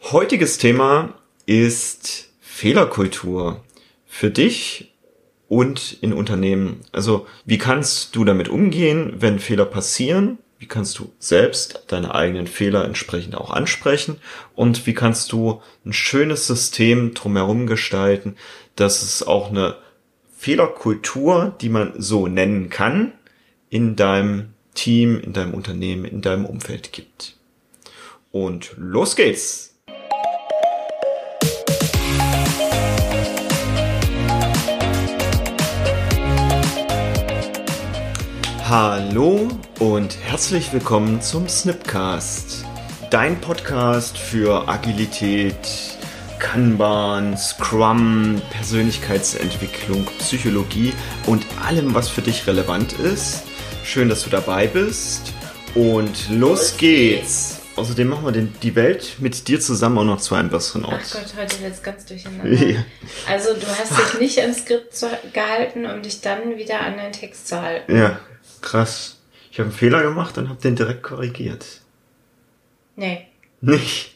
Heutiges Thema ist Fehlerkultur für dich und in Unternehmen. Also wie kannst du damit umgehen, wenn Fehler passieren? Wie kannst du selbst deine eigenen Fehler entsprechend auch ansprechen? Und wie kannst du ein schönes System drumherum gestalten, dass es auch eine Fehlerkultur, die man so nennen kann, in deinem Team, in deinem Unternehmen, in deinem Umfeld gibt? Und los geht's! Hallo und herzlich willkommen zum Snipcast, dein Podcast für Agilität, Kanban, Scrum, Persönlichkeitsentwicklung, Psychologie und allem, was für dich relevant ist. Schön, dass du dabei bist und los geht's! Außerdem machen wir die Welt mit dir zusammen auch noch zu einem besseren Ort. Ach Gott, heute wird's ganz durcheinander. Ja. Also du hast dich nicht ans Skript gehalten, um dich dann wieder an deinen Text zu halten. Ja, krass. Ich habe einen Fehler gemacht und habe den direkt korrigiert. Nee. Nicht?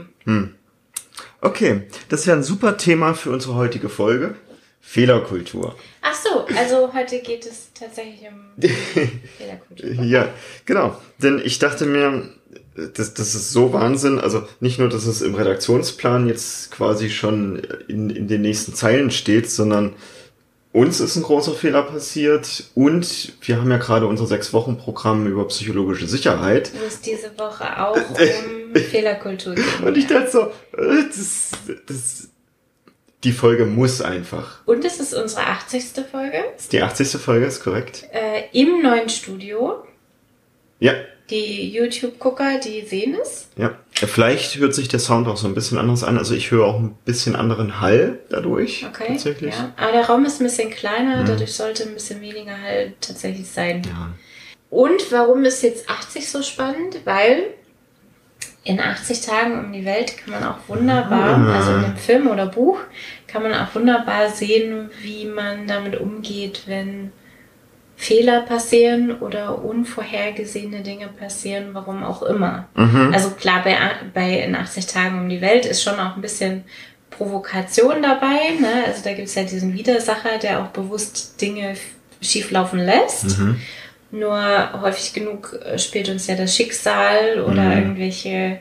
Okay, das ist ja ein super Thema für unsere heutige Folge. Fehlerkultur. Ach so, also heute geht es tatsächlich um Fehlerkultur. Ja, genau. Denn ich dachte mir, das ist so Wahnsinn. Also nicht nur, dass es im Redaktionsplan jetzt quasi schon in den nächsten Zeilen steht, sondern uns ist ein großer Fehler passiert und wir haben ja gerade unser 6-Wochen-Programm über psychologische Sicherheit. Wo es diese Woche auch um Fehlerkultur geht. Und ich dachte so, die Folge muss einfach. Und es ist unsere 80. Folge. Das ist die 80. Folge, ist korrekt. Im neuen Studio. Ja. Die YouTube-Gucker, die sehen es. Ja. Vielleicht hört sich der Sound auch so ein bisschen anders an. Also ich höre auch ein bisschen anderen Hall dadurch. Okay. Tatsächlich. Ja. Aber der Raum ist ein bisschen kleiner, dadurch sollte ein bisschen weniger Hall tatsächlich sein. Ja. Und warum ist jetzt 80 so spannend? Weil in 80 Tagen um die Welt kann man auch wunderbar, also in einem Film oder Buch, kann man auch wunderbar sehen, wie man damit umgeht, wenn Fehler passieren oder unvorhergesehene Dinge passieren, warum auch immer. Also klar, bei in 80 Tagen um die Welt ist schon auch ein bisschen Provokation dabei, ne? Also da gibt es ja diesen Widersacher, der auch bewusst Dinge schieflaufen lässt. Nur häufig genug spielt uns ja das Schicksal oder irgendwelche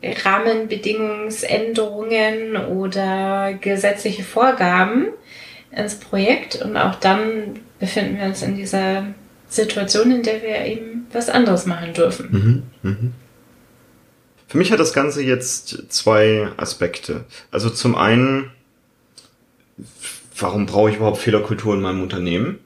Rahmenbedingungsänderungen oder gesetzliche Vorgaben ins Projekt, und auch dann befinden wir uns in dieser Situation, in der wir eben was anderes machen dürfen. Für mich hat das Ganze jetzt zwei Aspekte. Also zum einen, warum brauche ich überhaupt Fehlerkultur in meinem Unternehmen?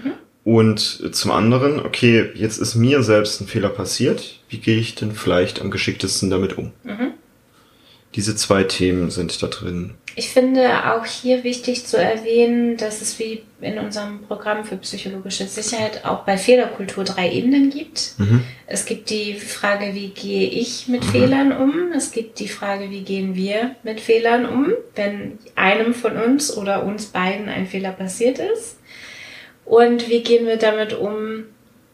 Und zum anderen, okay, jetzt ist mir selbst ein Fehler passiert. Wie gehe ich denn vielleicht am geschicktesten damit um? Diese zwei Themen sind da drin. Ich finde auch hier wichtig zu erwähnen, dass es wie in unserem Programm für psychologische Sicherheit auch bei Fehlerkultur 3 Ebenen gibt. Es gibt die Frage, wie gehe ich mit Fehlern um? Es gibt die Frage, wie gehen wir mit Fehlern um, wenn einem von uns oder uns beiden ein Fehler passiert ist? Und wie gehen wir damit um?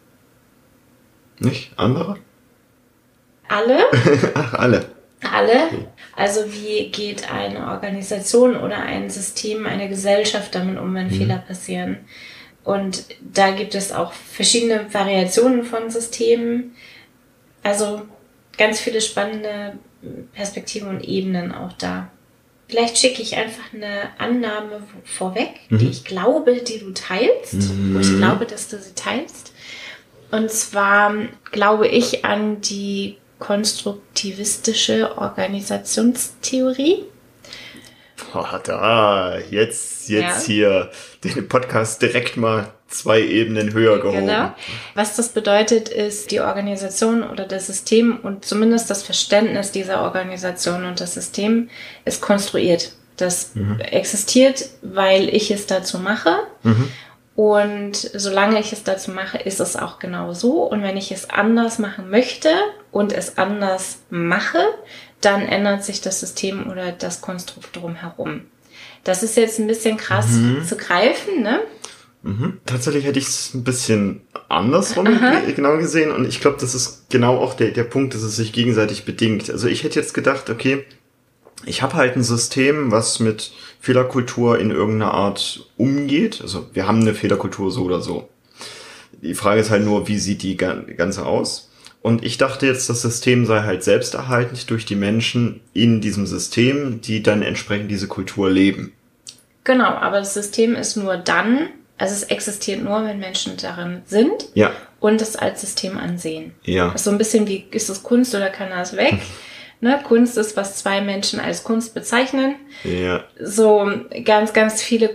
Nicht? Andere? Alle? Ach, alle. Alle. Also wie geht eine Organisation oder ein System, eine Gesellschaft damit um, wenn Fehler passieren? Und da gibt es auch verschiedene Variationen von Systemen. Also ganz viele spannende Perspektiven und Ebenen auch da. Vielleicht schicke ich einfach eine Annahme vorweg, die ich glaube, die du teilst, wo ich glaube, dass du sie teilst. Und zwar glaube ich an die konstruktivistische Organisationstheorie. Boah, da, jetzt hier den Podcast direkt mal 2 Ebenen höher gehoben. Genau. Was das bedeutet, ist die Organisation oder das System und zumindest das Verständnis dieser Organisation und das System ist konstruiert. Das existiert, weil ich es dazu mache. Und solange ich es dazu mache, ist es auch genau so. Und wenn ich es anders machen möchte und es anders mache, dann ändert sich das System oder das Konstrukt drumherum. Das ist jetzt ein bisschen krass zu greifen, ne? Tatsächlich hätte ich es ein bisschen andersrum genau gesehen, und ich glaube, das ist genau auch der Punkt, dass es sich gegenseitig bedingt. Also ich hätte jetzt gedacht, okay, ich habe halt ein System, was mit Fehlerkultur in irgendeiner Art umgeht. Also wir haben eine Fehlerkultur so oder so. Die Frage ist halt nur, wie sieht die ganze aus? Und ich dachte jetzt, das System sei halt selbsterhaltend durch die Menschen in diesem System, die dann entsprechend diese Kultur leben. Genau, aber das System ist nur dann, also es existiert nur, wenn Menschen darin sind Ja. und es als System ansehen. Ja. Das ist so ein bisschen wie, ist es Kunst oder kann das weg? Ne? Kunst ist, was zwei Menschen als Kunst bezeichnen. Ja. So ganz, ganz viele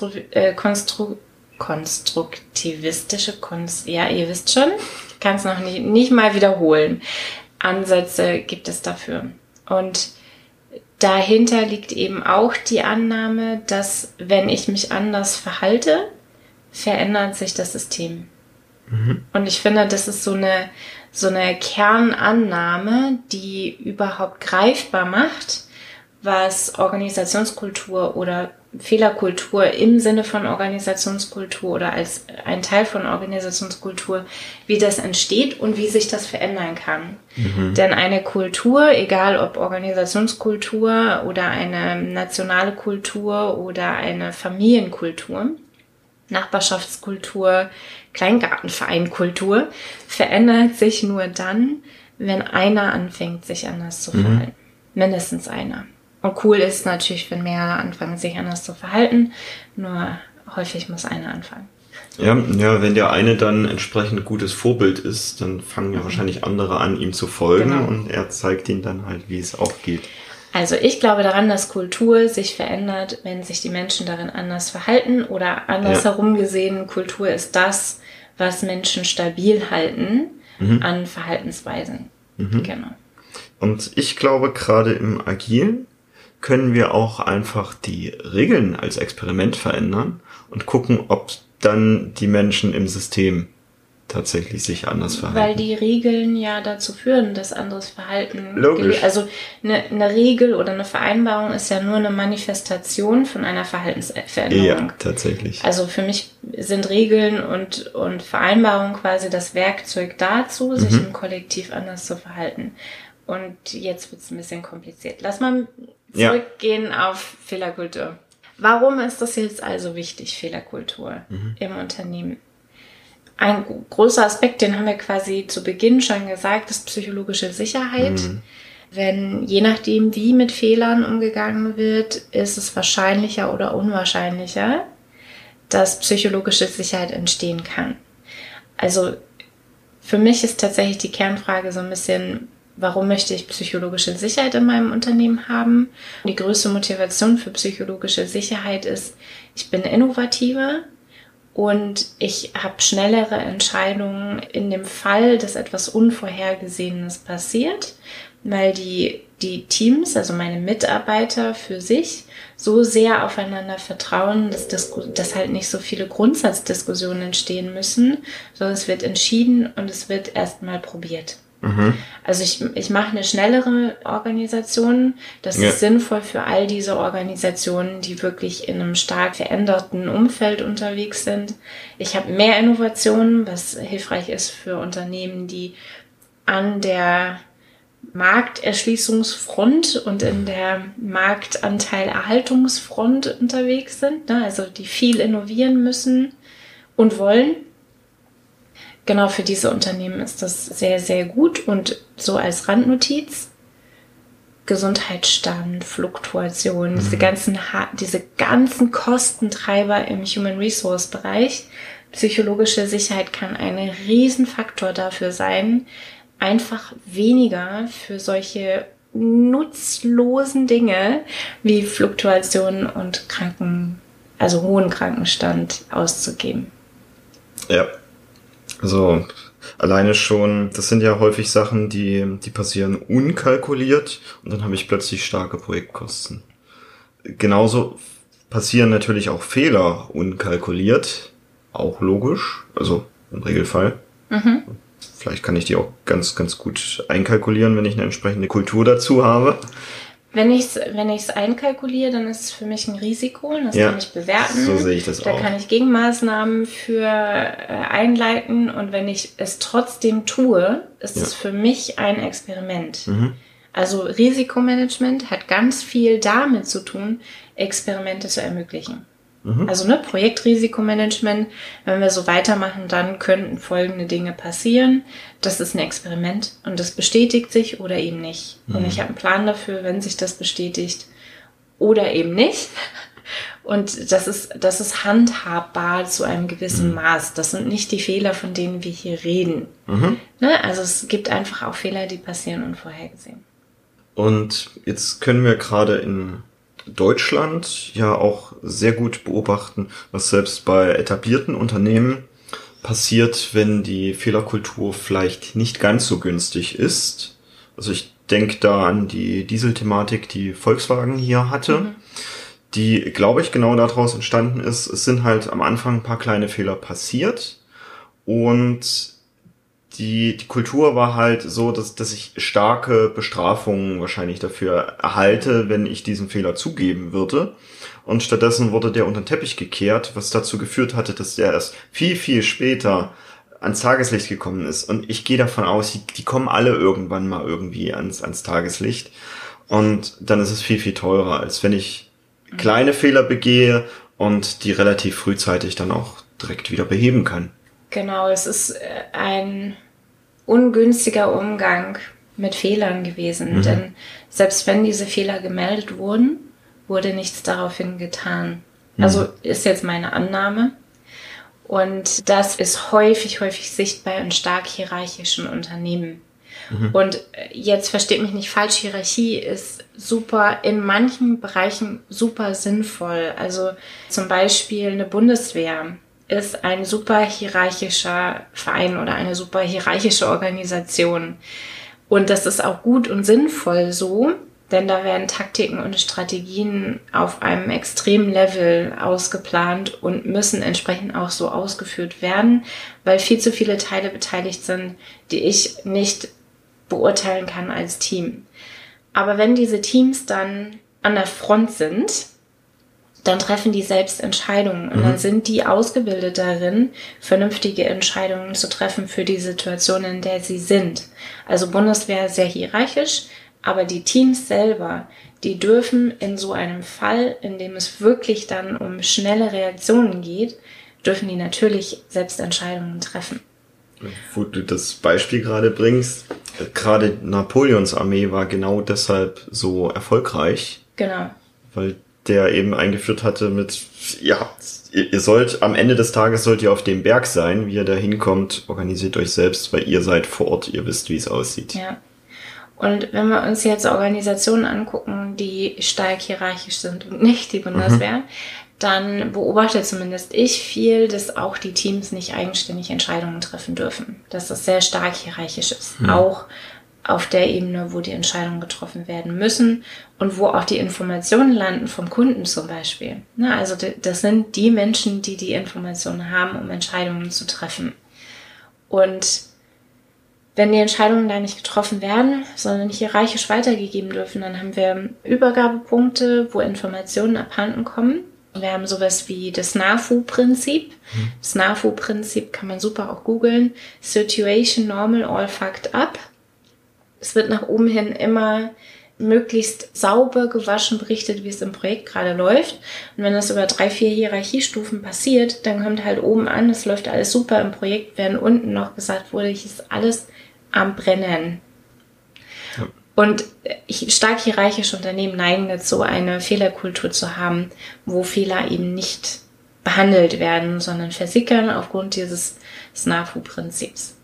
konstruktivistische Kunst, ja, ihr wisst schon, ich kann es noch nicht mal wiederholen. Ansätze gibt es dafür. Und dahinter liegt eben auch die Annahme, dass wenn ich mich anders verhalte, verändert sich das System. Mhm. Und ich finde, das ist so eine Kernannahme, die überhaupt greifbar macht, was Organisationskultur oder Fehlerkultur im Sinne von Organisationskultur oder als ein Teil von Organisationskultur, wie das entsteht und wie sich das verändern kann. Mhm. Denn eine Kultur, egal ob Organisationskultur oder eine nationale Kultur oder eine Familienkultur, Nachbarschaftskultur, Kleingartenvereinkultur, verändert sich nur dann, wenn einer anfängt, sich anders zu verhalten. Mindestens einer. Und cool ist natürlich, wenn mehrere anfangen, sich anders zu verhalten. Nur häufig muss einer anfangen. Ja, wenn der eine dann entsprechend gutes Vorbild ist, dann fangen ja wahrscheinlich andere an, ihm zu folgen. Genau. Und er zeigt ihnen dann halt, wie es auch geht. Also ich glaube daran, dass Kultur sich verändert, wenn sich die Menschen darin anders verhalten. Oder andersherum gesehen, Kultur ist das, was Menschen stabil halten an Verhaltensweisen. Mhm. Genau. Und ich glaube, gerade im Agilen können wir auch einfach die Regeln als Experiment verändern und gucken, ob dann die Menschen im System tatsächlich sich anders verhalten. Weil die Regeln ja dazu führen, dass anderes Verhalten... Logisch. Also eine Regel oder eine Vereinbarung ist ja nur eine Manifestation von einer Verhaltensveränderung. Ja, tatsächlich. Also für mich sind Regeln und Vereinbarungen quasi das Werkzeug dazu, sich im Kollektiv anders zu verhalten. Und jetzt wird es ein bisschen kompliziert. Lass mal zurückgehen auf Fehlerkultur. Warum ist das jetzt also wichtig, Fehlerkultur im Unternehmen? Ein großer Aspekt, den haben wir quasi zu Beginn schon gesagt, ist psychologische Sicherheit. Wenn, je nachdem, wie mit Fehlern umgegangen wird, ist es wahrscheinlicher oder unwahrscheinlicher, dass psychologische Sicherheit entstehen kann. Also für mich ist tatsächlich die Kernfrage so ein bisschen, warum möchte ich psychologische Sicherheit in meinem Unternehmen haben? Die größte Motivation für psychologische Sicherheit ist, ich bin innovativer und ich habe schnellere Entscheidungen in dem Fall, dass etwas Unvorhergesehenes passiert, weil die Teams, also meine Mitarbeiter für sich, so sehr aufeinander vertrauen, dass halt nicht so viele Grundsatzdiskussionen entstehen müssen, sondern es wird entschieden und es wird erstmal probiert. Also ich mache eine schnellere Organisation. Das ist sinnvoll für all diese Organisationen, die wirklich in einem stark veränderten Umfeld unterwegs sind. Ich habe mehr Innovationen, was hilfreich ist für Unternehmen, die an der Markterschließungsfront und in der Marktanteilerhaltungsfront unterwegs sind, ne? Also die viel innovieren müssen und wollen. Genau, für diese Unternehmen ist das sehr, sehr gut. Und so als Randnotiz, Gesundheitsstand, Fluktuation, diese ganzen Kostentreiber im Human Resource Bereich. Psychologische Sicherheit kann ein Riesenfaktor dafür sein, einfach weniger für solche nutzlosen Dinge wie Fluktuation und hohen Krankenstand auszugeben. Ja. Also alleine schon, das sind ja häufig Sachen, die passieren unkalkuliert und dann habe ich plötzlich starke Projektkosten. Genauso passieren natürlich auch Fehler unkalkuliert, auch logisch, also im Regelfall. Vielleicht kann ich die auch ganz, ganz gut einkalkulieren, wenn ich eine entsprechende Kultur dazu habe. Wenn ich's einkalkuliere, dann ist es für mich ein Risiko. Das kann ich bewerten. So sehe ich das auch. Da kann ich Gegenmaßnahmen für einleiten. Und wenn ich es trotzdem tue, ist es für mich ein Experiment. Also Risikomanagement hat ganz viel damit zu tun, Experimente zu ermöglichen. Also Projektrisikomanagement, wenn wir so weitermachen, dann könnten folgende Dinge passieren. Das ist ein Experiment und das bestätigt sich oder eben nicht. Und ich habe einen Plan dafür, wenn sich das bestätigt oder eben nicht. Und das ist handhabbar zu einem gewissen Maß. Das sind nicht die Fehler, von denen wir hier reden. Ne? Also es gibt einfach auch Fehler, die passieren unvorhergesehen. Und jetzt können wir gerade in Deutschland ja auch sehr gut beobachten, was selbst bei etablierten Unternehmen passiert, wenn die Fehlerkultur vielleicht nicht ganz so günstig ist. Also ich denke da an die Dieselthematik, die Volkswagen hier hatte, die, glaube ich, genau daraus entstanden ist. Es sind halt am Anfang ein paar kleine Fehler passiert und die Kultur war halt so, dass ich starke Bestrafungen wahrscheinlich dafür erhalte, wenn ich diesen Fehler zugeben würde. Und stattdessen wurde der unter den Teppich gekehrt, was dazu geführt hatte, dass der erst viel, viel später ans Tageslicht gekommen ist. Und ich gehe davon aus, die kommen alle irgendwann mal irgendwie ans Tageslicht. Und dann ist es viel, viel teurer, als wenn ich kleine Fehler begehe und die relativ frühzeitig dann auch direkt wieder beheben kann. Genau, es ist ein ungünstiger Umgang mit Fehlern gewesen. Denn selbst wenn diese Fehler gemeldet wurden, wurde nichts daraufhin getan. Also ist jetzt meine Annahme. Und das ist häufig sichtbar in stark hierarchischen Unternehmen. Und jetzt versteht mich nicht falsch, Hierarchie ist super, in manchen Bereichen super sinnvoll. Also zum Beispiel eine Bundeswehr ist ein super hierarchischer Verein oder eine super hierarchische Organisation. Und das ist auch gut und sinnvoll so, denn da werden Taktiken und Strategien auf einem extremen Level ausgeplant und müssen entsprechend auch so ausgeführt werden, weil viel zu viele Teile beteiligt sind, die ich nicht beurteilen kann als Team. Aber wenn diese Teams dann an der Front sind, dann treffen die selbst Entscheidungen und dann sind die ausgebildet darin, vernünftige Entscheidungen zu treffen für die Situation, in der sie sind. Also Bundeswehr sehr hierarchisch, aber die Teams selber, die dürfen in so einem Fall, in dem es wirklich dann um schnelle Reaktionen geht, dürfen die natürlich selbst Entscheidungen treffen. Wo du das Beispiel gerade bringst, gerade Napoleons Armee war genau deshalb so erfolgreich. Genau. Weil der eben eingeführt hatte mit, ja, ihr sollt, am Ende des Tages sollt ihr auf dem Berg sein, wie ihr da hinkommt, organisiert euch selbst, weil ihr seid vor Ort, ihr wisst, wie es aussieht. Ja. Und wenn wir uns jetzt Organisationen angucken, die stark hierarchisch sind und nicht die Bundeswehr, dann beobachte zumindest ich viel, dass auch die Teams nicht eigenständig Entscheidungen treffen dürfen. Dass das sehr stark hierarchisch ist. Auch auf der Ebene, wo die Entscheidungen getroffen werden müssen und wo auch die Informationen landen vom Kunden zum Beispiel. Also das sind die Menschen, die die Informationen haben, um Entscheidungen zu treffen. Und wenn die Entscheidungen da nicht getroffen werden, sondern hierarchisch weitergegeben dürfen, dann haben wir Übergabepunkte, wo Informationen abhanden kommen. Wir haben sowas wie das NAFU-Prinzip. Das NAFU-Prinzip kann man super auch googeln. Situation, Normal, All Fucked Up. Es wird nach oben hin immer möglichst sauber gewaschen berichtet, wie es im Projekt gerade läuft. Und wenn das über 3, 4 Hierarchiestufen passiert, dann kommt halt oben an, es läuft alles super im Projekt, während unten noch gesagt wurde, hier ist alles am Brennen. Ja. Und stark hierarchische Unternehmen neigen dazu, eine Fehlerkultur zu haben, wo Fehler eben nicht behandelt werden, sondern versickern aufgrund dieses SNAFU-Prinzips.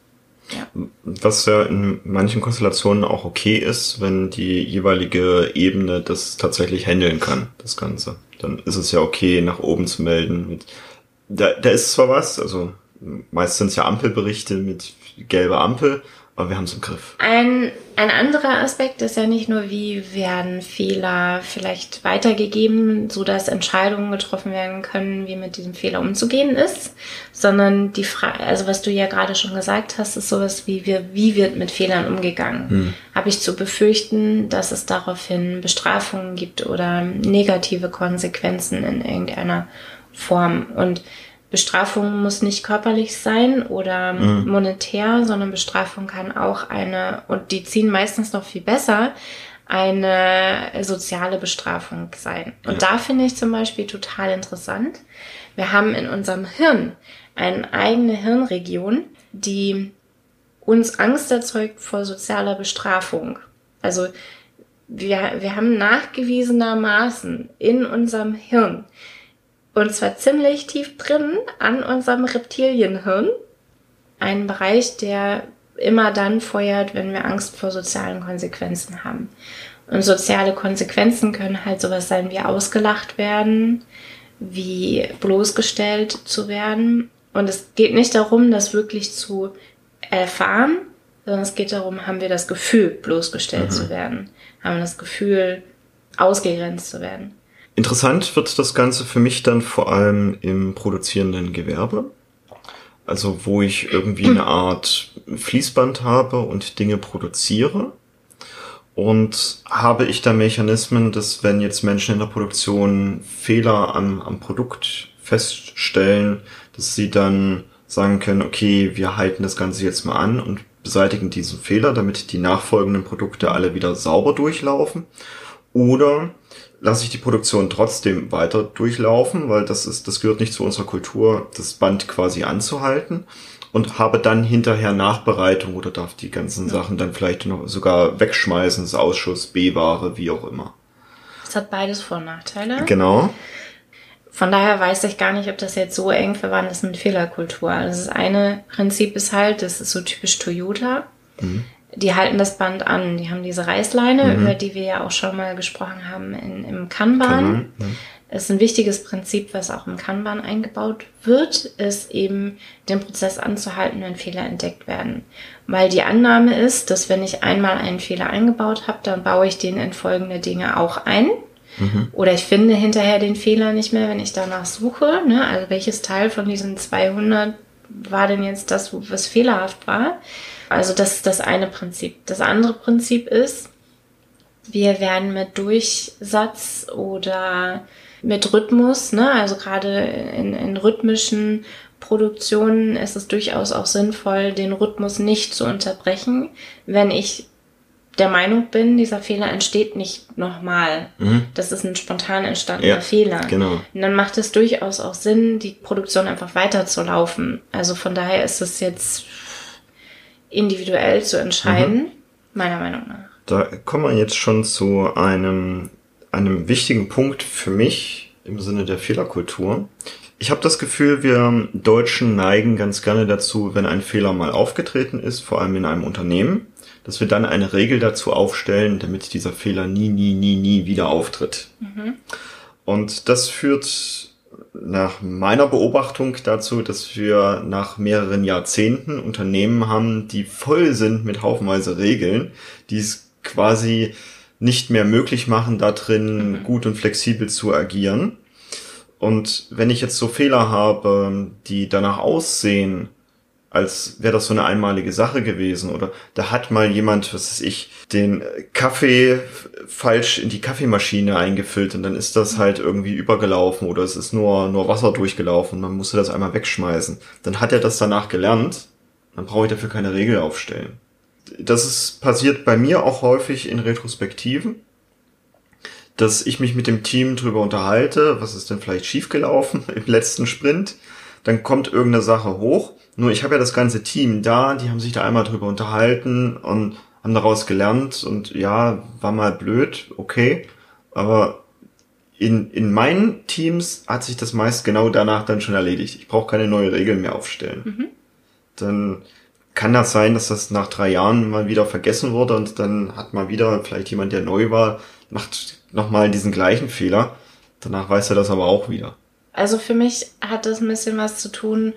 Ja. Was ja in manchen Konstellationen auch okay ist, wenn die jeweilige Ebene das tatsächlich handeln kann, das Ganze. Dann ist es ja okay, nach oben zu melden. Da ist zwar was, also meist sind es ja Ampelberichte mit gelber Ampel, aber wir haben es im Griff. Ein anderer Aspekt ist ja nicht nur, wie werden Fehler vielleicht weitergegeben, sodass Entscheidungen getroffen werden können, wie mit diesem Fehler umzugehen ist, sondern die Frage, also was du ja gerade schon gesagt hast, ist sowas wie wird mit Fehlern umgegangen? Habe ich zu befürchten, dass es daraufhin Bestrafungen gibt oder negative Konsequenzen in irgendeiner Form? Und Bestrafung muss nicht körperlich sein oder monetär, sondern Bestrafung kann auch und die ziehen meistens noch viel besser, eine soziale Bestrafung sein. Und da finde ich zum Beispiel total interessant. Wir haben in unserem Hirn eine eigene Hirnregion, die uns Angst erzeugt vor sozialer Bestrafung. Also wir haben nachgewiesenermaßen in unserem Hirn, und zwar ziemlich tief drin an unserem Reptilienhirn, einen Bereich, der immer dann feuert, wenn wir Angst vor sozialen Konsequenzen haben. Und soziale Konsequenzen können halt sowas sein wie ausgelacht werden, wie bloßgestellt zu werden. Und es geht nicht darum, das wirklich zu erfahren, sondern es geht darum, haben wir das Gefühl, bloßgestellt zu werden? Haben wir das Gefühl, ausgegrenzt zu werden? Interessant wird das Ganze für mich dann vor allem im produzierenden Gewerbe. Also wo ich irgendwie eine Art Fließband habe und Dinge produziere. Und habe ich da Mechanismen, dass wenn jetzt Menschen in der Produktion Fehler am Produkt feststellen, dass sie dann sagen können, okay, wir halten das Ganze jetzt mal an und beseitigen diesen Fehler, damit die nachfolgenden Produkte alle wieder sauber durchlaufen. Oder lasse ich die Produktion trotzdem weiter durchlaufen, weil das gehört nicht zu unserer Kultur, das Band quasi anzuhalten, und habe dann hinterher Nachbereitung oder darf die ganzen Sachen dann vielleicht noch sogar wegschmeißen, das Ausschuss, B-Ware, wie auch immer. Es hat beides Vor- und Nachteile. Genau. Von daher weiß ich gar nicht, ob das jetzt so eng verwandt ist mit Fehlerkultur. Also das eine Prinzip ist halt, das ist so typisch Toyota. Die halten das Band an. Die haben diese Reißleine, über die wir ja auch schon mal gesprochen haben im Kanban. Das ist ein wichtiges Prinzip, was auch im Kanban eingebaut wird, ist eben den Prozess anzuhalten, wenn Fehler entdeckt werden. Weil die Annahme ist, dass wenn ich einmal einen Fehler eingebaut habe, dann baue ich den in folgende Dinge auch ein. Oder ich finde hinterher den Fehler nicht mehr, wenn ich danach suche. Ne? Also welches Teil von diesen 200 war denn jetzt das, was fehlerhaft war? Also das ist das eine Prinzip. Das andere Prinzip ist, wir werden mit Durchsatz oder mit Rhythmus, ne? Also gerade in rhythmischen Produktionen ist es durchaus auch sinnvoll, den Rhythmus nicht zu unterbrechen, wenn ich der Meinung bin, dieser Fehler entsteht nicht nochmal. Das ist ein spontan entstandener Fehler. Genau. Und dann macht es durchaus auch Sinn, die Produktion einfach weiterzulaufen. Also von daher ist es jetzt individuell zu entscheiden, meiner Meinung nach. Da kommen wir jetzt schon zu einem wichtigen Punkt für mich im Sinne der Fehlerkultur. Ich habe das Gefühl, wir Deutschen neigen ganz gerne dazu, wenn ein Fehler mal aufgetreten ist, vor allem in einem Unternehmen, dass wir dann eine Regel dazu aufstellen, damit dieser Fehler nie wieder auftritt. Und das führt nach meiner Beobachtung dazu, dass wir nach mehreren Jahrzehnten Unternehmen haben, die voll sind mit haufenweise Regeln, die es quasi nicht mehr möglich machen, da drin gut und flexibel zu agieren. Und wenn ich jetzt so Fehler habe, die danach aussehen, als wäre das so eine einmalige Sache gewesen, oder da hat mal jemand, was weiß ich, den Kaffee falsch in die Kaffeemaschine eingefüllt und dann ist das halt irgendwie übergelaufen oder es ist nur Wasser durchgelaufen und man musste das einmal wegschmeißen. Dann hat er das danach gelernt, dann brauche ich dafür keine Regel aufstellen. Passiert bei mir auch häufig in Retrospektiven, dass ich mich mit dem Team drüber unterhalte, was ist denn vielleicht schiefgelaufen im letzten Sprint, dann kommt irgendeine Sache hoch. Nur ich habe ja das ganze Team da, die haben sich da einmal drüber unterhalten und haben daraus gelernt und ja, war mal blöd, okay. Aber in meinen Teams hat sich das meist genau danach dann schon erledigt. Ich brauche keine neue Regeln mehr aufstellen. Dann kann das sein, dass das nach 3 Jahren mal wieder vergessen wurde und dann hat mal wieder vielleicht jemand, der neu war, macht nochmal diesen gleichen Fehler. Danach weiß er das aber auch wieder. Also für mich hat das ein bisschen was zu tun,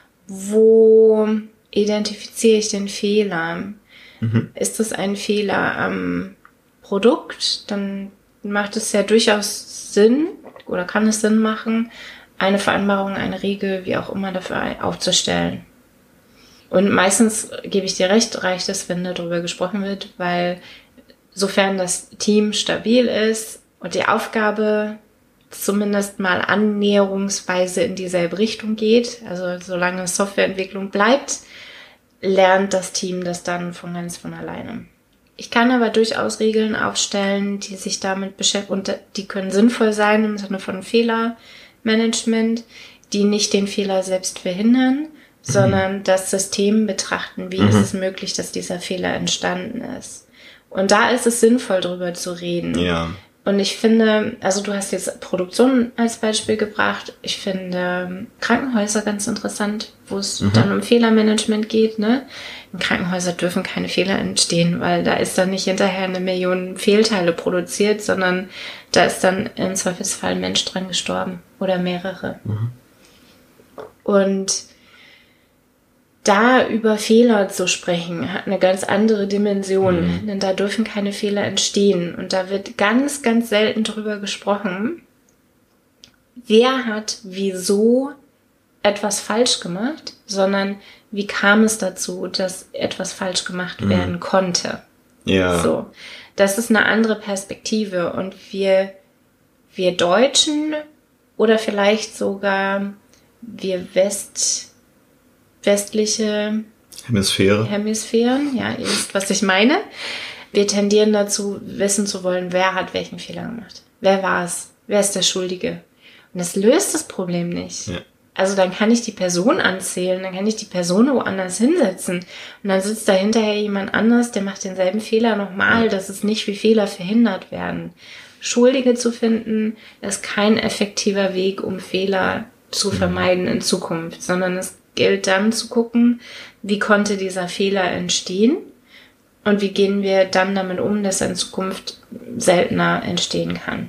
wo identifiziere ich den Fehler? Ist das ein Fehler am Produkt? Dann macht es ja durchaus Sinn oder kann es Sinn machen, eine Vereinbarung, eine Regel, wie auch immer, dafür aufzustellen. Und meistens, gebe ich dir recht, reicht es, wenn darüber gesprochen wird, weil sofern das Team stabil ist und die Aufgabe zumindest mal annäherungsweise in dieselbe Richtung geht, also solange Softwareentwicklung bleibt, lernt das Team das dann von alleine. Ich kann aber durchaus Regeln aufstellen, die sich damit beschäftigen, und die können sinnvoll sein im Sinne von Fehlermanagement, die nicht den Fehler selbst verhindern, sondern das System betrachten, wie ist es möglich, dass dieser Fehler entstanden ist. Und da ist es sinnvoll, drüber zu reden. Ja. Und ich finde, also du hast jetzt Produktion als Beispiel gebracht. Ich finde Krankenhäuser ganz interessant, wo es dann um Fehlermanagement geht, ne? In Krankenhäusern dürfen keine Fehler entstehen, weil da ist dann nicht hinterher 1 Million Fehlteile produziert, sondern da ist dann im Zweifelsfall ein Mensch dran gestorben oder mehrere. Und da über Fehler zu sprechen, hat eine ganz andere Dimension, denn da dürfen keine Fehler entstehen. Und da wird ganz, ganz selten drüber gesprochen, wer hat wieso etwas falsch gemacht, sondern wie kam es dazu, dass etwas falsch gemacht werden konnte. Ja. So, das ist eine andere Perspektive. Und wir Deutschen oder vielleicht sogar wir westliche Hemisphären, ja, ihr wisst, was ich meine. Wir tendieren dazu, wissen zu wollen, wer hat welchen Fehler gemacht. Wer war es? Wer ist der Schuldige? Und das löst das Problem nicht. Ja. Also dann kann ich die Person anzählen, dann kann ich die Person woanders hinsetzen und dann sitzt da hinterher jemand anders, der macht denselben Fehler nochmal. Das ist nicht, wie Fehler verhindert werden. Schuldige zu finden, ist kein effektiver Weg, um Fehler zu vermeiden in Zukunft, sondern es gilt dann zu gucken, wie konnte dieser Fehler entstehen und wie gehen wir dann damit um, dass er in Zukunft seltener entstehen kann.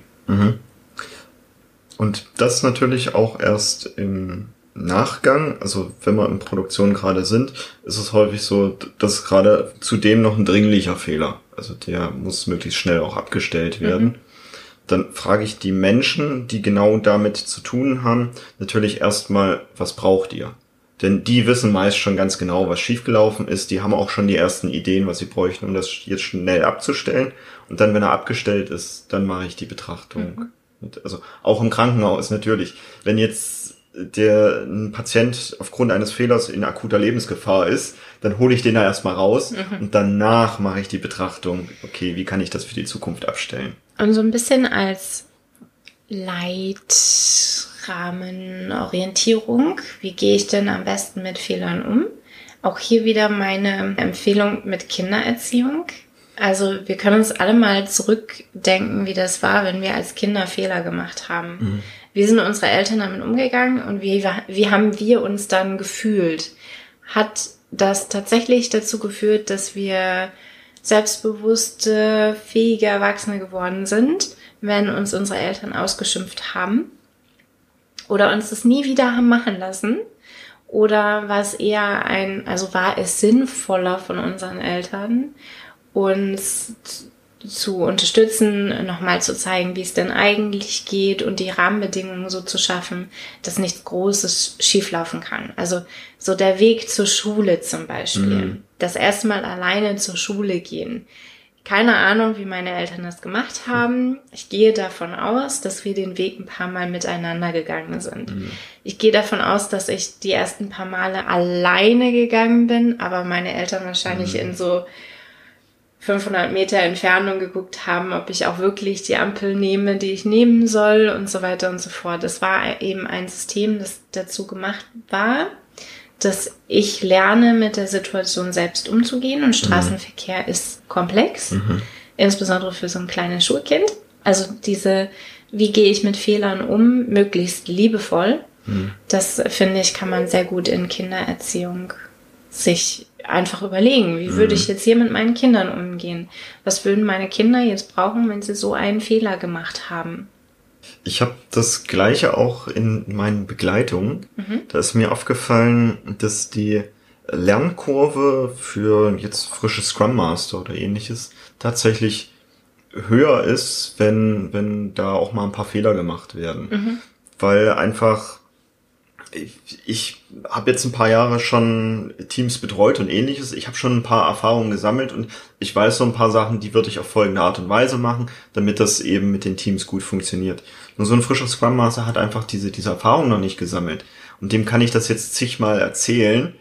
Und das natürlich auch erst im Nachgang, also wenn wir in Produktion gerade sind, ist es häufig so, dass gerade zudem noch ein dringlicher Fehler, also der muss möglichst schnell auch abgestellt werden. Dann frage ich die Menschen, die genau damit zu tun haben, natürlich erstmal, was braucht ihr? Denn die wissen meist schon ganz genau, was schiefgelaufen ist. Die haben auch schon die ersten Ideen, was sie bräuchten, um das jetzt schnell abzustellen. Und dann, wenn er abgestellt ist, dann mache ich die Betrachtung. Also auch im Krankenhaus natürlich. Wenn jetzt ein Patient aufgrund eines Fehlers in akuter Lebensgefahr ist, dann hole ich den da erstmal raus und danach mache ich die Betrachtung. Okay, wie kann ich das für die Zukunft abstellen? Und so ein bisschen als Leitrahmenorientierung. Wie gehe ich denn am besten mit Fehlern um? Auch hier wieder meine Empfehlung mit Kindererziehung. Also wir können uns alle mal zurückdenken, wie das war, wenn wir als Kinder Fehler gemacht haben. Wie sind unsere Eltern damit umgegangen und wie haben wir uns dann gefühlt? Hat das tatsächlich dazu geführt, dass wir selbstbewusste, fähige Erwachsene geworden sind, wenn uns unsere Eltern ausgeschimpft haben oder uns das nie wieder haben machen lassen? Oder war es eher war es sinnvoller von unseren Eltern, uns zu unterstützen, nochmal zu zeigen, wie es denn eigentlich geht und die Rahmenbedingungen so zu schaffen, dass nichts Großes schieflaufen kann. Also so der Weg zur Schule zum Beispiel. Das erste Mal alleine zur Schule gehen. Keine Ahnung, wie meine Eltern das gemacht haben. Ich gehe davon aus, dass wir den Weg ein paar Mal miteinander gegangen sind. Ich gehe davon aus, dass ich die ersten paar Male alleine gegangen bin, aber meine Eltern wahrscheinlich in so 500 Meter Entfernung geguckt haben, ob ich auch wirklich die Ampel nehme, die ich nehmen soll und so weiter und so fort. Das war eben ein System, das dazu gemacht war, dass ich lerne, mit der Situation selbst umzugehen. Und Straßenverkehr ist komplex, insbesondere für so ein kleines Schulkind. Also wie gehe ich mit Fehlern um, möglichst liebevoll. Das, finde ich, kann man sehr gut in Kindererziehung sich einfach überlegen, wie würde ich jetzt hier mit meinen Kindern umgehen? Was würden meine Kinder jetzt brauchen, wenn sie so einen Fehler gemacht haben? Ich habe das Gleiche auch in meinen Begleitungen. Da ist mir aufgefallen, dass die Lernkurve für jetzt frische Scrum Master oder ähnliches tatsächlich höher ist, wenn da auch mal ein paar Fehler gemacht werden. Weil einfach Ich habe jetzt ein paar Jahre schon Teams betreut und ähnliches. Ich habe schon ein paar Erfahrungen gesammelt und ich weiß so ein paar Sachen, die würde ich auf folgende Art und Weise machen, damit das eben mit den Teams gut funktioniert. Nur so ein frischer Scrum Master hat einfach diese Erfahrung noch nicht gesammelt. Und dem kann ich das jetzt zigmal erzählen.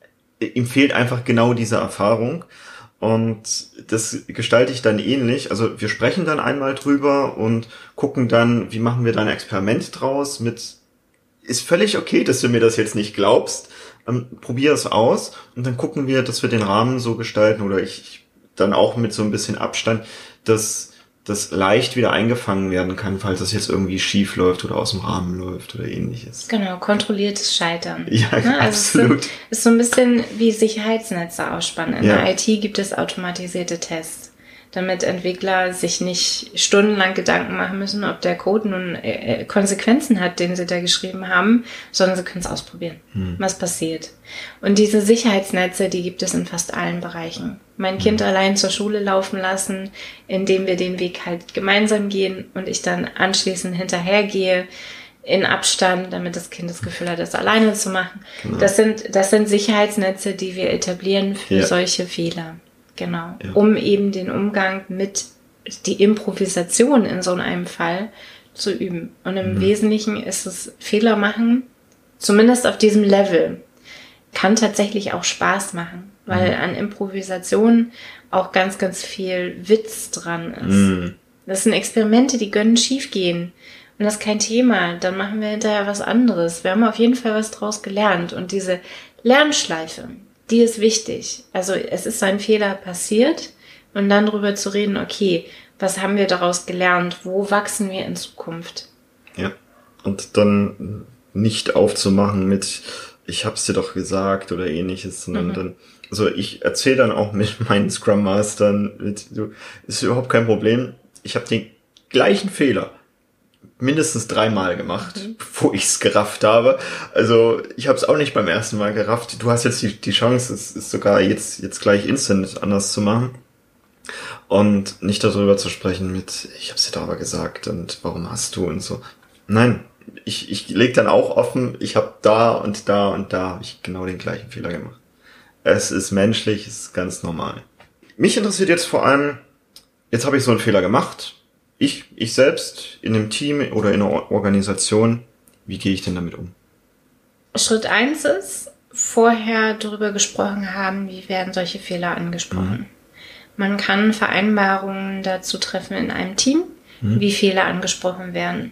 Ihm fehlt einfach genau diese Erfahrung. Und das gestalte ich dann ähnlich. Also wir sprechen dann einmal drüber und gucken dann, wie machen wir da ein Experiment draus mit, ist völlig okay, dass du mir das jetzt nicht glaubst. Probier es aus und dann gucken wir, dass wir den Rahmen so gestalten oder ich dann auch mit so ein bisschen Abstand, dass das leicht wieder eingefangen werden kann, falls das jetzt irgendwie schief läuft oder aus dem Rahmen läuft oder ähnliches. Genau, kontrolliertes Scheitern. Ja, ne? absolut. Also ist so ein bisschen wie Sicherheitsnetze ausspannen. In Ja. der IT gibt es automatisierte Tests, damit Entwickler sich nicht stundenlang Gedanken machen müssen, ob der Code nun Konsequenzen hat, den sie da geschrieben haben, sondern sie können es ausprobieren, was passiert. Und diese Sicherheitsnetze, die gibt es in fast allen Bereichen. Mein Kind allein zur Schule laufen lassen, indem wir den Weg halt gemeinsam gehen und ich dann anschließend hinterhergehe in Abstand, damit das Kind das Gefühl hat, das alleine zu machen. Genau. Das sind Sicherheitsnetze, die wir etablieren für solche Fehler. Genau. Ja. Um eben den Umgang mit die Improvisation in so einem Fall zu üben. Und im Wesentlichen ist es Fehler machen, zumindest auf diesem Level, kann tatsächlich auch Spaß machen, weil an Improvisation auch ganz, ganz viel Witz dran ist. Das sind Experimente, die können schief gehen. Und das ist kein Thema. Dann machen wir hinterher was anderes. Wir haben auf jeden Fall was draus gelernt. Und diese Lernschleife, die ist wichtig. Also es ist ein Fehler passiert und dann darüber zu reden, okay, was haben wir daraus gelernt? Wo wachsen wir in Zukunft? Ja, und dann nicht aufzumachen mit, ich hab's dir doch gesagt oder ähnliches, sondern dann, also ich erzähle dann auch mit meinen Scrum Mastern, ist überhaupt kein Problem. Ich habe den gleichen Fehler mindestens 3-mal gemacht, bevor ich es gerafft habe. Also ich habe es auch nicht beim ersten Mal gerafft. Du hast jetzt die Chance, es ist sogar jetzt gleich instant anders zu machen. Und nicht darüber zu sprechen mit, ich habe es dir doch aber gesagt und warum hast du und so. Nein, ich lege dann auch offen, ich habe da und da und da habe ich genau den gleichen Fehler gemacht. Es ist menschlich, es ist ganz normal. Mich interessiert jetzt vor allem, jetzt habe ich so einen Fehler gemacht. Ich selbst in einem Team oder in einer Organisation, wie gehe ich denn damit um? Schritt 1 ist, vorher darüber gesprochen haben, wie werden solche Fehler angesprochen. Man kann Vereinbarungen dazu treffen in einem Team, wie Fehler angesprochen werden.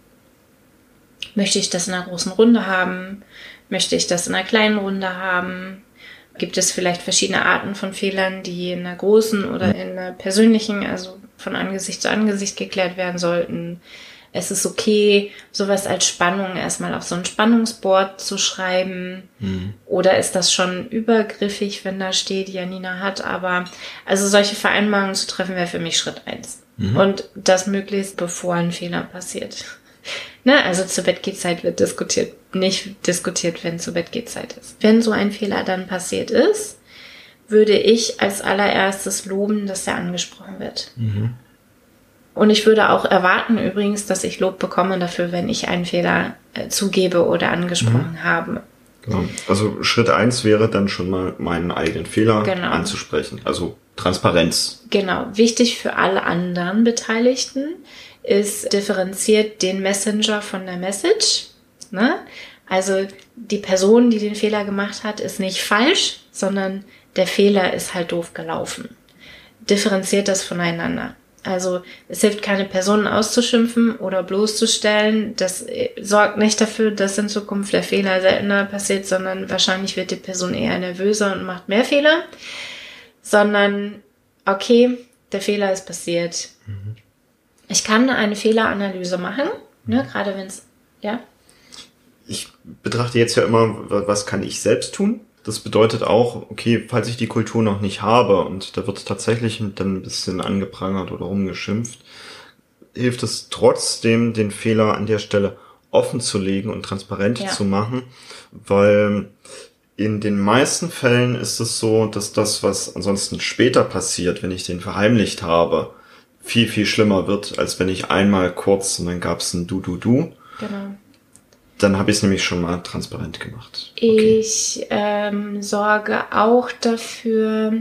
Möchte ich das in einer großen Runde haben? Möchte ich das in einer kleinen Runde haben? Gibt es vielleicht verschiedene Arten von Fehlern, die in einer großen oder in einer persönlichen, also von Angesicht zu Angesicht geklärt werden sollten? Es ist okay, sowas als Spannung erstmal auf so ein Spannungsboard zu schreiben. Oder ist das schon übergriffig, wenn da steht, Janina hat, aber also solche Vereinbarungen zu treffen wäre für mich Schritt 1. Und das möglichst bevor ein Fehler passiert. Ne, also zur Bettgehzeit wird diskutiert, nicht diskutiert, wenn zur Bettgehzeit ist. Wenn so ein Fehler dann passiert ist, würde ich als allererstes loben, dass er angesprochen wird. Und ich würde auch erwarten übrigens, dass ich Lob bekomme dafür, wenn ich einen Fehler zugebe oder angesprochen habe. Genau. Also Schritt 1 wäre dann schon mal meinen eigenen Fehler anzusprechen. Also Transparenz. Genau. Wichtig für alle anderen Beteiligten ist differenziert den Messenger von der Message. Ne? Also die Person, die den Fehler gemacht hat, ist nicht falsch, sondern der Fehler ist halt doof gelaufen. Differenziert das voneinander. Also es hilft keine Personen auszuschimpfen oder bloßzustellen. Das sorgt nicht dafür, dass in Zukunft der Fehler seltener passiert, sondern wahrscheinlich wird die Person eher nervöser und macht mehr Fehler. Sondern, okay, der Fehler ist passiert. Ich kann eine Fehleranalyse machen, ne, gerade wenn es, ja. Ich betrachte jetzt ja immer, was kann ich selbst tun? Das bedeutet auch, okay, falls ich die Kultur noch nicht habe und da wird tatsächlich dann ein bisschen angeprangert oder rumgeschimpft, hilft es trotzdem, den Fehler an der Stelle offen zu legen und transparent zu machen, weil in den meisten Fällen ist es so, dass das, was ansonsten später passiert, wenn ich den verheimlicht habe, viel, viel schlimmer wird, als wenn ich einmal kurz und dann gab es ein Du. Genau. Dann habe ich es nämlich schon mal transparent gemacht. Okay. Ich sorge auch dafür,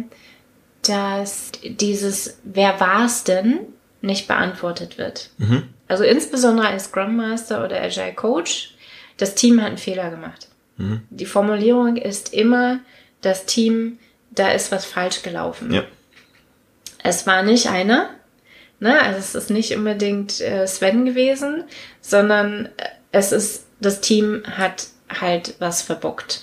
dass dieses Wer war's denn nicht beantwortet wird. Also insbesondere als Scrum Master oder Agile Coach, das Team hat einen Fehler gemacht. Die Formulierung ist immer, das Team, da ist was falsch gelaufen. Ja. Es war nicht einer, ne? Also es ist nicht unbedingt Sven gewesen, sondern es ist, das Team hat halt was verbockt.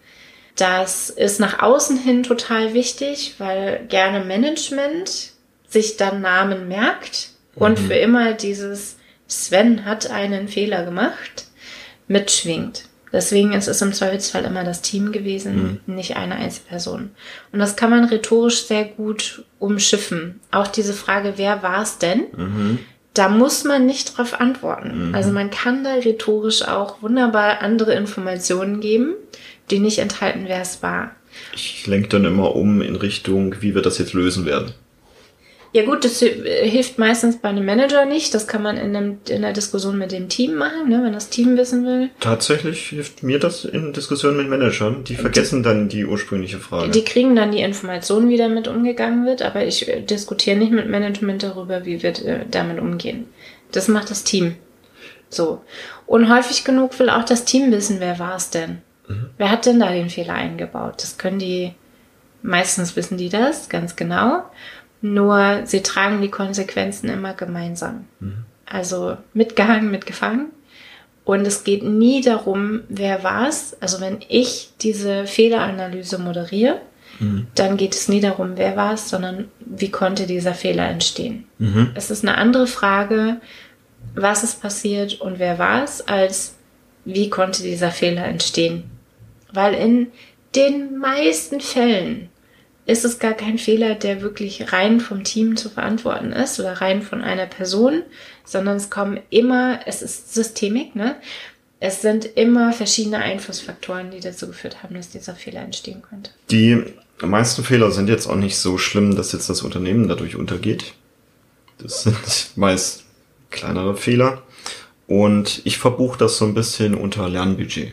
Das ist nach außen hin total wichtig, weil gerne Management sich dann Namen merkt und für immer dieses Sven hat einen Fehler gemacht mitschwingt. Deswegen ist es im Zweifelsfall immer das Team gewesen, nicht eine Einzelperson. Und das kann man rhetorisch sehr gut umschiffen. Auch diese Frage, wer war es denn? Da muss man nicht drauf antworten. Also man kann da rhetorisch auch wunderbar andere Informationen geben, die nicht enthalten, wer es war. Ich lenke dann immer um in Richtung, wie wir das jetzt lösen werden. Ja gut, das hilft meistens bei einem Manager nicht. Das kann man in der Diskussion mit dem Team machen, ne, wenn das Team wissen will. Tatsächlich hilft mir das in Diskussionen mit Managern. Die vergessen dann die ursprüngliche Frage. Die kriegen dann die Informationen, wie damit umgegangen wird, aber ich diskutiere nicht mit Management darüber, wie wir damit umgehen. Das macht das Team. So. Und häufig genug will auch das Team wissen, wer war es denn? Wer hat denn da den Fehler eingebaut? Das können die, meistens wissen die das, ganz genau. Nur sie tragen die Konsequenzen immer gemeinsam. Also mitgehangen, mitgefangen. Und es geht nie darum, wer war's. Also wenn ich diese Fehleranalyse moderiere, dann geht es nie darum, wer war's, sondern wie konnte dieser Fehler entstehen. Es ist eine andere Frage, was ist passiert und wer war's, als wie konnte dieser Fehler entstehen. Weil in den meisten Fällen ist es gar kein Fehler, der wirklich rein vom Team zu verantworten ist oder rein von einer Person, sondern es ist Systemik, ne? Es sind immer verschiedene Einflussfaktoren, die dazu geführt haben, dass dieser Fehler entstehen konnte. Die meisten Fehler sind jetzt auch nicht so schlimm, dass jetzt das Unternehmen dadurch untergeht. Das sind meist kleinere Fehler. Und ich verbuche das so ein bisschen unter Lernbudget.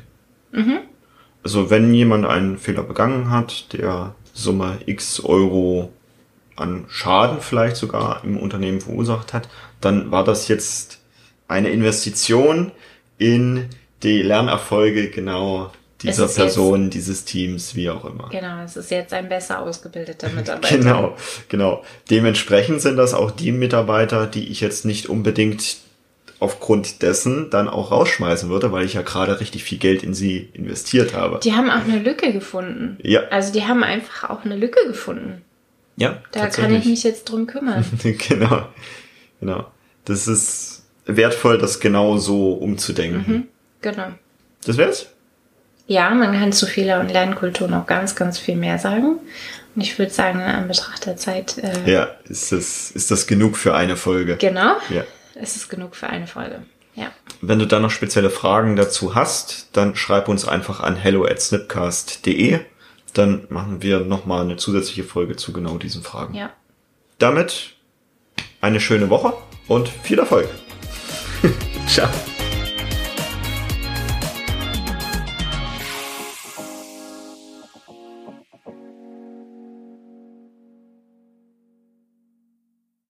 Also wenn jemand einen Fehler begangen hat, der Summe X Euro an Schaden vielleicht sogar im Unternehmen verursacht hat, dann war das jetzt eine Investition in die Lernerfolge genau dieser Person, dieses Teams, wie auch immer. Genau, es ist jetzt ein besser ausgebildeter Mitarbeiter. Genau. Dementsprechend sind das auch die Mitarbeiter, die ich jetzt nicht unbedingt aufgrund dessen dann auch rausschmeißen würde, weil ich ja gerade richtig viel Geld in sie investiert habe. Die haben auch eine Lücke gefunden. Ja. Also die haben einfach auch eine Lücke gefunden. Ja, da kann ich mich jetzt drum kümmern. Genau. Das ist wertvoll, das genau so umzudenken. Genau. Das wär's? Ja, man kann zu Fehler- und Lernkultur noch ganz, ganz viel mehr sagen. Und ich würde sagen, in Anbetracht der Zeit... ist das genug für eine Folge. Genau. Ja. Es ist genug für eine Folge, ja. Wenn du da noch spezielle Fragen dazu hast, dann schreib uns einfach an hello@snipcast.de. Dann machen wir nochmal eine zusätzliche Folge zu genau diesen Fragen. Ja. Damit eine schöne Woche und viel Erfolg. Ciao.